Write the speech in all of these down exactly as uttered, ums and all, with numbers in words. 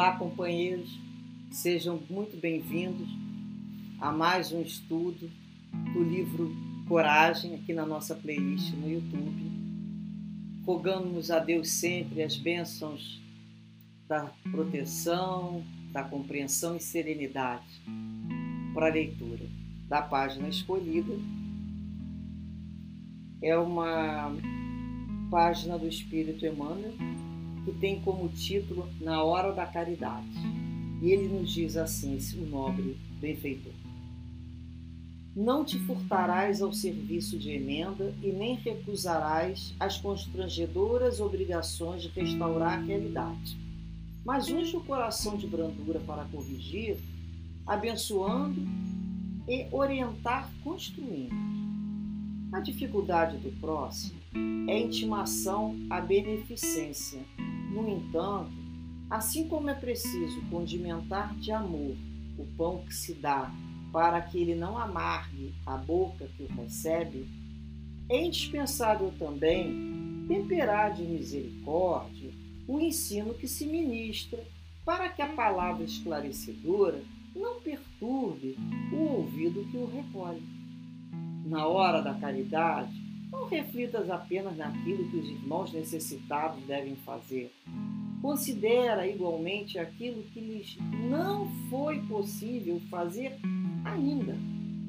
Olá, companheiros, sejam muito bem-vindos a mais um estudo do livro Coragem, aqui na nossa playlist no YouTube. Rogamos a Deus sempre as bênçãos da proteção, da compreensão e serenidade para a leitura da página escolhida. É uma página do Espírito Emmanuel, que tem como título Na Hora da Caridade. E ele nos diz assim, o nobre benfeitor: não te furtarás ao serviço de emenda e nem recusarás as constrangedoras obrigações de restaurar a realidade, mas unge o coração de brandura para corrigir, abençoando e orientar construindo. A dificuldade do próximo é intimação à beneficência. No entanto, assim como é preciso condimentar de amor o pão que se dá para que ele não amargue a boca que o recebe, é indispensável também temperar de misericórdia o ensino que se ministra para que a palavra esclarecedora não perturbe o ouvido que o recolhe. Na hora da caridade, não reflitas apenas naquilo que os irmãos necessitados devem fazer. Considera igualmente aquilo que lhes não foi possível fazer ainda.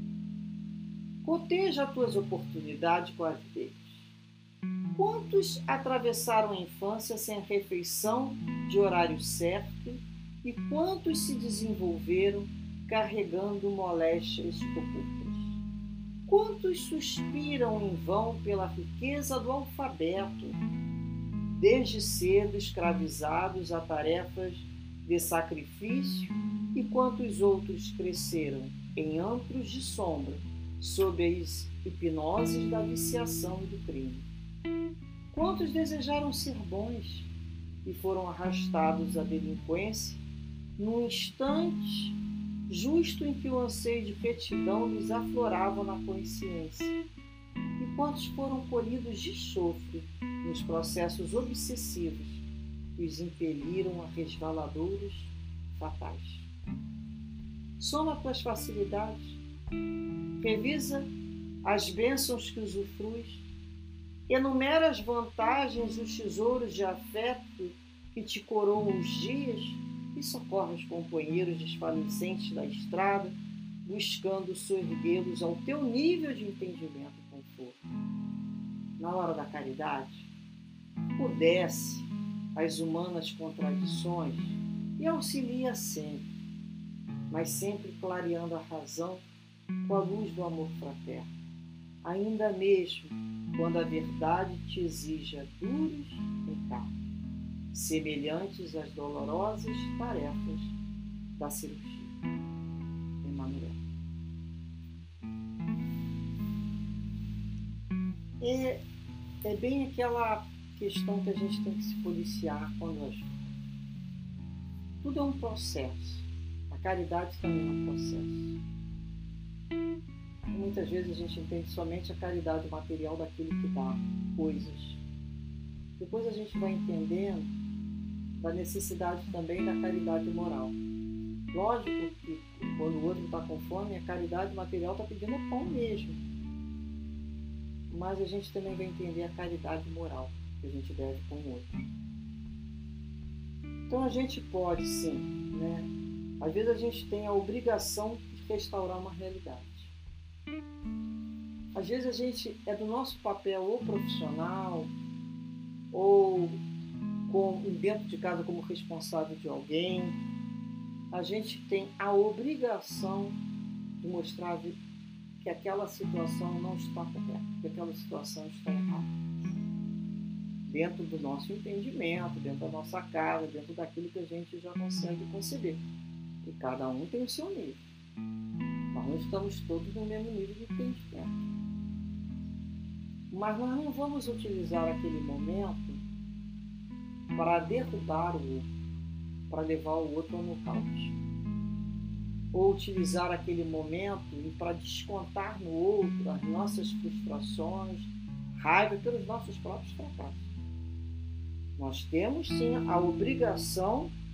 Coteja as tuas oportunidades com as deles. Quantos atravessaram a infância sem a refeição de horário certo e quantos se desenvolveram carregando moléstias ocultas? Quantos suspiram em vão pela riqueza do alfabeto, desde cedo escravizados a tarefas de sacrifício, e quantos outros cresceram em antros de sombra, sob as hipnoses da viciação e do crime? Quantos desejaram ser bons e foram arrastados à delinquência num instante justo em que o anseio de retidão lhes aflorava na consciência? E quantos foram colhidos de chofre nos processos obsessivos que os impeliram a resvaladouros fatais? Soma tuas facilidades, revisa as bênçãos que usufruis, enumera as vantagens e os tesouros de afeto que te coroam os dias e socorre os companheiros desfalecentes da estrada, buscando soerguê-los ao teu nível de entendimento e conforto. Na hora da caridade, pudesse as humanas contradições e auxilia sempre, mas sempre clareando a razão com a luz do amor fraterno, ainda mesmo quando a verdade te exija duros encargos, semelhantes às dolorosas tarefas da cirurgia. Emmanuel. É, é bem aquela questão que a gente tem que se policiar quando ajuda. Tudo é um processo. A caridade também é um processo. E muitas vezes a gente entende somente a caridade material daquele que dá coisas. Depois a gente vai entendendo da necessidade também da caridade moral. Lógico que quando o outro está com fome, a caridade material está pedindo pão mesmo. Mas a gente também vai entender a caridade moral que a gente deve com o outro. Então a gente pode sim, né? Às vezes a gente tem a obrigação de restaurar uma realidade. Às vezes a gente é do nosso papel ou profissional ou com, dentro de casa como responsável de alguém, a gente tem a obrigação de mostrar que aquela situação não está correta, que aquela situação está errada. Dentro do nosso entendimento, dentro da nossa casa, dentro daquilo que a gente já consegue conceber. E cada um tem o seu nível. Nós não estamos todos no mesmo nível de entendimento. Mas nós não vamos utilizar aquele momento para derrubar o outro, para levar o outro ao nocaute. Ou utilizar aquele momento para descontar no outro as nossas frustrações, raiva pelos nossos próprios fracassos. Nós temos sim a obrigação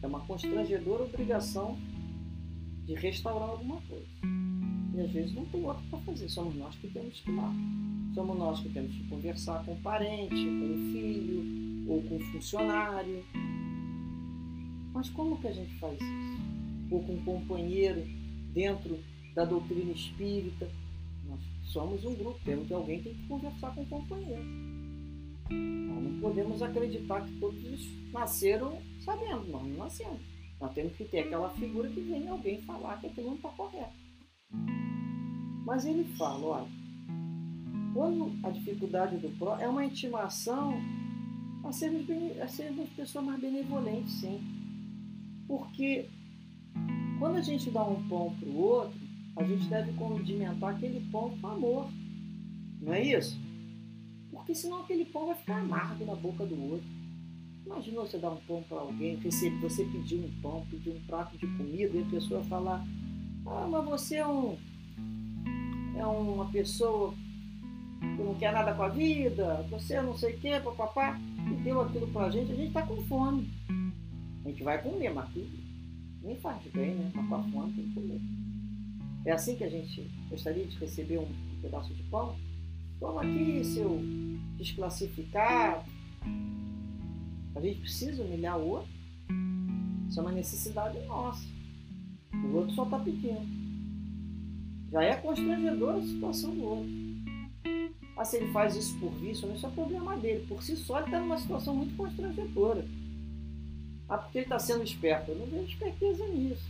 É uma constrangedora obrigação de restaurar alguma coisa. E às vezes não tem outro para fazer, somos nós que temos que ir lá. Somos nós que temos que conversar com o parente, com o filho ou com o funcionário. Mas como que a gente faz isso? Ou com um companheiro dentro da doutrina espírita? Nós somos um grupo, temos que alguém tem que conversar com o companheiro. Nós não podemos acreditar que todos nasceram sabendo, nós não nascemos. Nós temos que ter aquela figura que vem alguém falar que aquilo não está correto. Mas ele fala, olha, quando a dificuldade do próximo é uma intimação a sermos, a sermos pessoas mais benevolentes, sim. Porque quando a gente dá um pão para o outro, a gente deve condimentar aquele pão com amor. Não é isso? Porque senão aquele pão vai ficar amargo na boca do outro. Imagina você dar um pão para alguém, você pedir um pão, pedir um prato de comida, e a pessoa falar, ah, mas você é, um, é uma pessoa que não quer nada com a vida, você não sei o quê, papapá, e deu aquilo pra gente, a gente está com fome. A gente vai comer, mas nem faz bem, né? Mas com a fome tem que comer. É assim que a gente gostaria de receber um pedaço de pão? Toma aqui, seu desclassificado. A gente precisa humilhar o outro. Isso é uma necessidade nossa. O outro só está pedindo. Já é constrangedora a situação do outro. Mas se ele faz isso por vício, não é só problema dele. Por si só, ele está numa situação muito constrangedora. Ah, porque ele está sendo esperto. Eu não vejo esperteza nisso.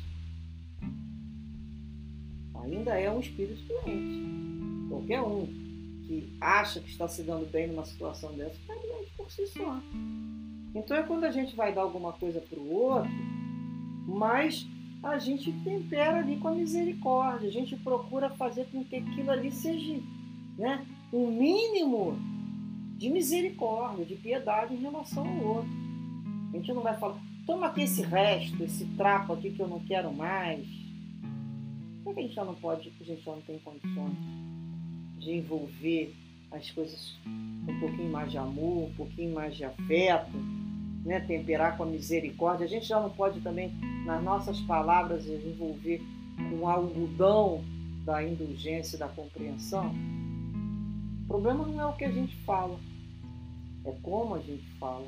Ainda é um espírito doente. Qualquer um que acha que está se dando bem numa situação dessa está doente por si só. Então é quando a gente vai dar alguma coisa para o outro, mas a gente tempera ali com a misericórdia. A gente procura fazer com que aquilo ali seja, né, um mínimo de misericórdia, de piedade em relação ao outro. A gente não vai falar, toma aqui esse resto, esse trapo aqui que eu não quero mais. Por que a gente já não pode, a gente já não tem condições de envolver as coisas com um pouquinho mais de amor, um pouquinho mais de afeto, né? Temperar com a misericórdia? A gente já não pode também, nas nossas palavras, envolver com o algodão da indulgência e da compreensão? O problema não é o que a gente fala, é como a gente fala.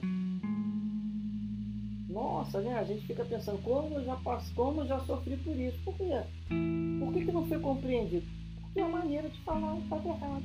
Nossa, né? A gente fica pensando, como eu já passo, como eu já sofri por isso. Por quê? Por que que não foi compreendido? Porque a maneira de falar estava errada.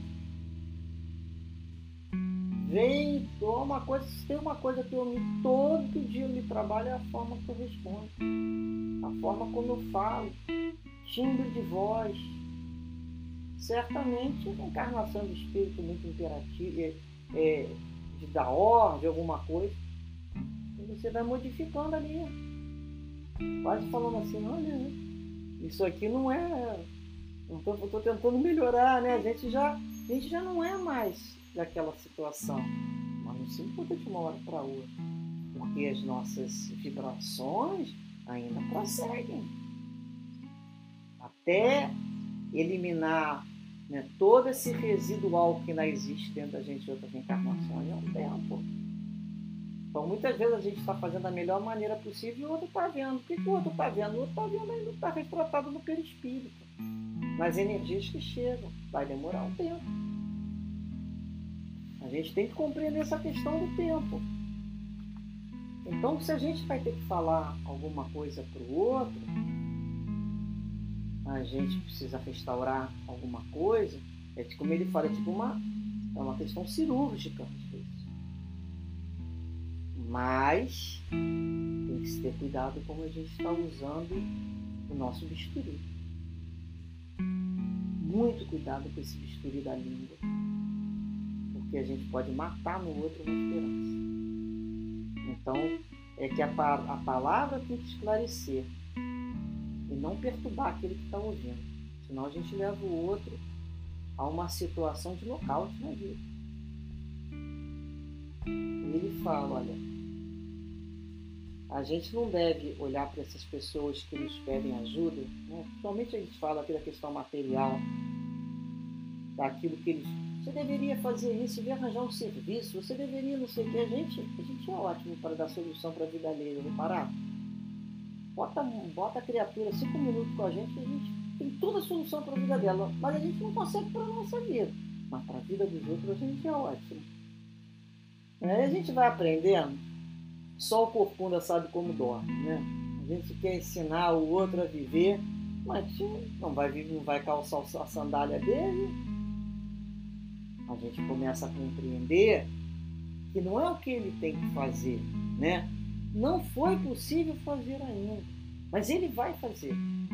Vem, toma uma coisa, se tem uma coisa que eu me, todo dia eu me trabalho, é a forma que eu respondo. A forma como eu falo, timbre de voz. Certamente a encarnação de espírito muito imperativa, é, é, de dar ordem, alguma coisa. Você vai modificando ali, quase falando assim, olha, isso aqui não é, não tô, eu estou tentando melhorar, né? A gente, já, a gente já não é mais daquela situação, mas não se muda de uma hora para outra, porque as nossas vibrações ainda prosseguem, até eliminar, né, todo esse residual que ainda existe dentro da gente de outras encarnações, é um tempo. Então, muitas vezes a gente está fazendo da melhor maneira possível e o outro está vendo. O que, que o outro está vendo? O outro está vendo ainda está retratado no perispírito, nas energias que chegam. Vai demorar um tempo. A gente tem que compreender essa questão do tempo. Então, se a gente vai ter que falar alguma coisa para o outro, a gente precisa restaurar alguma coisa, é como ele fala, é tipo uma, é uma questão cirúrgica. Mas tem que se ter cuidado como a gente está usando o nosso bisturi. Muito cuidado com esse bisturi da língua, porque a gente pode matar no outro uma esperança. Então, é que a, a palavra tem que esclarecer e não perturbar aquele que está ouvindo. Senão a gente leva o outro a uma situação de nocaute na vida. E ele fala, olha, a gente não deve olhar para essas pessoas que nos pedem ajuda, né? Principalmente a gente fala aqui da questão material, daquilo que eles... Você deveria fazer isso, você deveria arranjar um serviço, você deveria não sei o que. A gente, a gente é ótimo para dar solução para a vida alheia, reparar? Bota, bota a criatura cinco minutos com a gente, a gente tem toda a solução para a vida dela, mas a gente não consegue para a nossa vida. Mas para a vida dos outros a gente é ótimo. Aí a gente vai aprendendo, só o corcunda sabe como dorme, né? A gente quer ensinar o outro a viver, mas não vai, não vai calçar a sandália dele. A gente começa a compreender que não é o que ele tem que fazer, né? Não foi possível fazer ainda, mas ele vai fazer.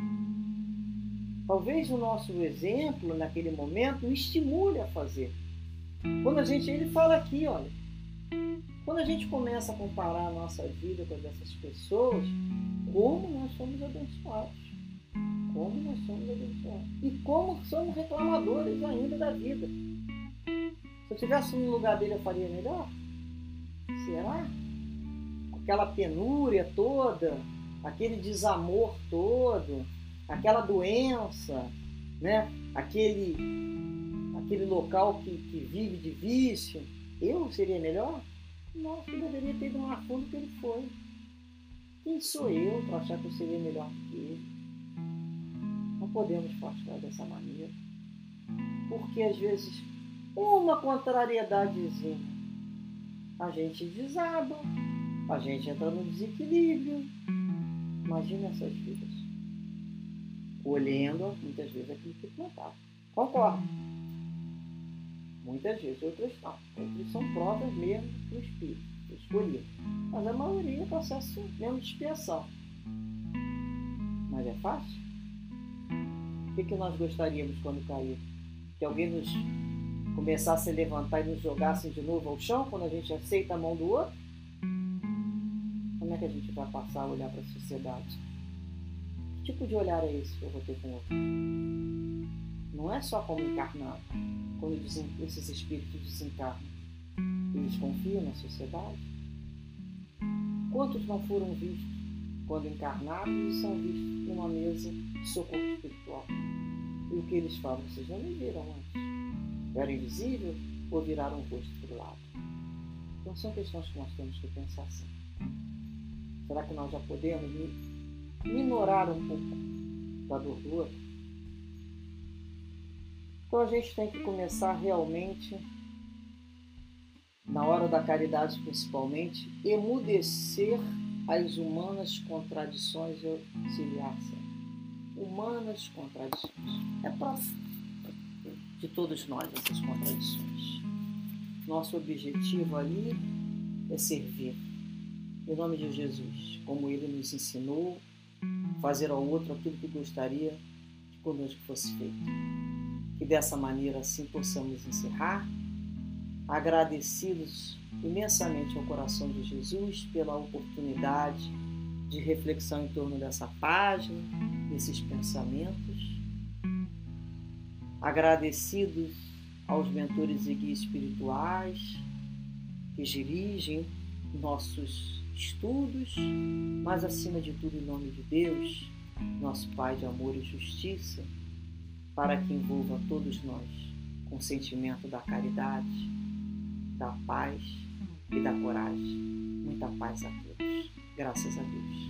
Talvez o nosso exemplo, naquele momento, o estimule a fazer. Quando a gente, ele fala aqui, olha, quando a gente começa a comparar a nossa vida com a dessas pessoas, como nós somos abençoados. Como nós somos abençoados. E como somos reclamadores ainda da vida. Se eu estivesse no lugar dele, eu faria melhor? Será? Aquela penúria toda, aquele desamor todo, aquela doença, né? aquele, aquele local que, que vive de vício, eu seria melhor? Nossa, eu deveria ter ido mais fundo que ele foi. Quem sou eu para achar que eu seria melhor do que ele? Não podemos partilhar dessa maneira, porque às vezes uma contrariedadezinha a gente desaba, a gente entra no desequilíbrio. Imagina essas vidas colhendo muitas vezes aquilo que plantaram. Concordo. Muitas vezes, outras não. Outras são provas mesmo do Espírito, do escolhido. Mas a maioria é processo mesmo de expiação. Mas é fácil? O que, que nós gostaríamos quando cair? Que alguém nos começasse a levantar e nos jogasse de novo ao chão quando a gente aceita a mão do outro? Como é que a gente vai passar a olhar para a sociedade? Que tipo de olhar é esse que eu vou ter com o outro? Não é só como encarnado. Quando esses espíritos desencarnam, eles confiam na sociedade? Quantos não foram vistos quando encarnados e são vistos numa mesa de socorro espiritual? E o que eles falam? Vocês não me viram antes? Era invisível ou viraram o rosto para o lado? Então são questões que nós temos que pensar assim. Será que nós já podemos minorar um pouco da dor do outro? Então a gente tem que começar realmente, na hora da caridade principalmente, emudecer as humanas contradições e auxiliar-se. Humanas contradições. É próprio de todos nós essas contradições. Nosso objetivo ali é servir. Em nome de Jesus, como Ele nos ensinou, fazer ao outro aquilo que gostaria que conosco fosse feito. Que dessa maneira assim possamos encerrar, agradecidos imensamente ao coração de Jesus pela oportunidade de reflexão em torno dessa página, desses pensamentos, agradecidos aos mentores e guias espirituais que dirigem nossos estudos, mas acima de tudo em nome de Deus, nosso Pai de amor e justiça, para que envolva todos nós com o sentimento da caridade, da paz e da coragem. Muita paz a todos. Graças a Deus.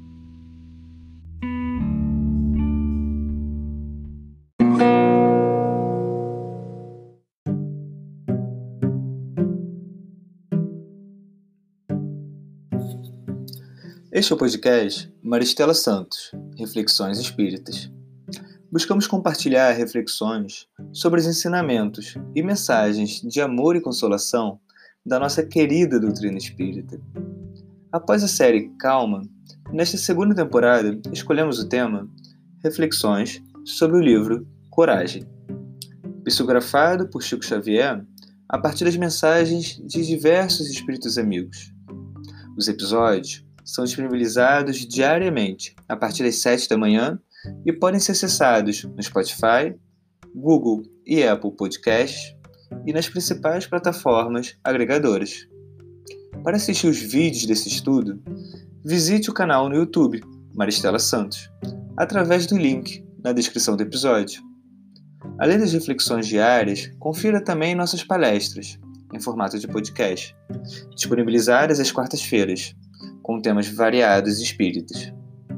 Este é o podcast Maristela Santos, Reflexões Espíritas. Buscamos compartilhar reflexões sobre os ensinamentos e mensagens de amor e consolação da nossa querida doutrina espírita. Após a série Calma, nesta segunda temporada escolhemos o tema Reflexões sobre o livro Coragem, psicografado por Chico Xavier a partir das mensagens de diversos espíritos amigos. Os episódios são disponibilizados diariamente a partir das sete da manhã e podem ser acessados no Spotify, Google e Apple Podcasts e nas principais plataformas agregadoras. Para assistir os vídeos desse estudo, visite o canal no YouTube Maristela Santos, através do link na descrição do episódio. Além das reflexões diárias, confira também nossas palestras, em formato de podcast, disponibilizadas às quartas-feiras, com temas variados e espíritas.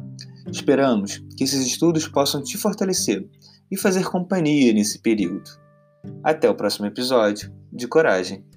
Esperamos que esses estudos possam te fortalecer e fazer companhia nesse período. Até o próximo episódio de Coragem.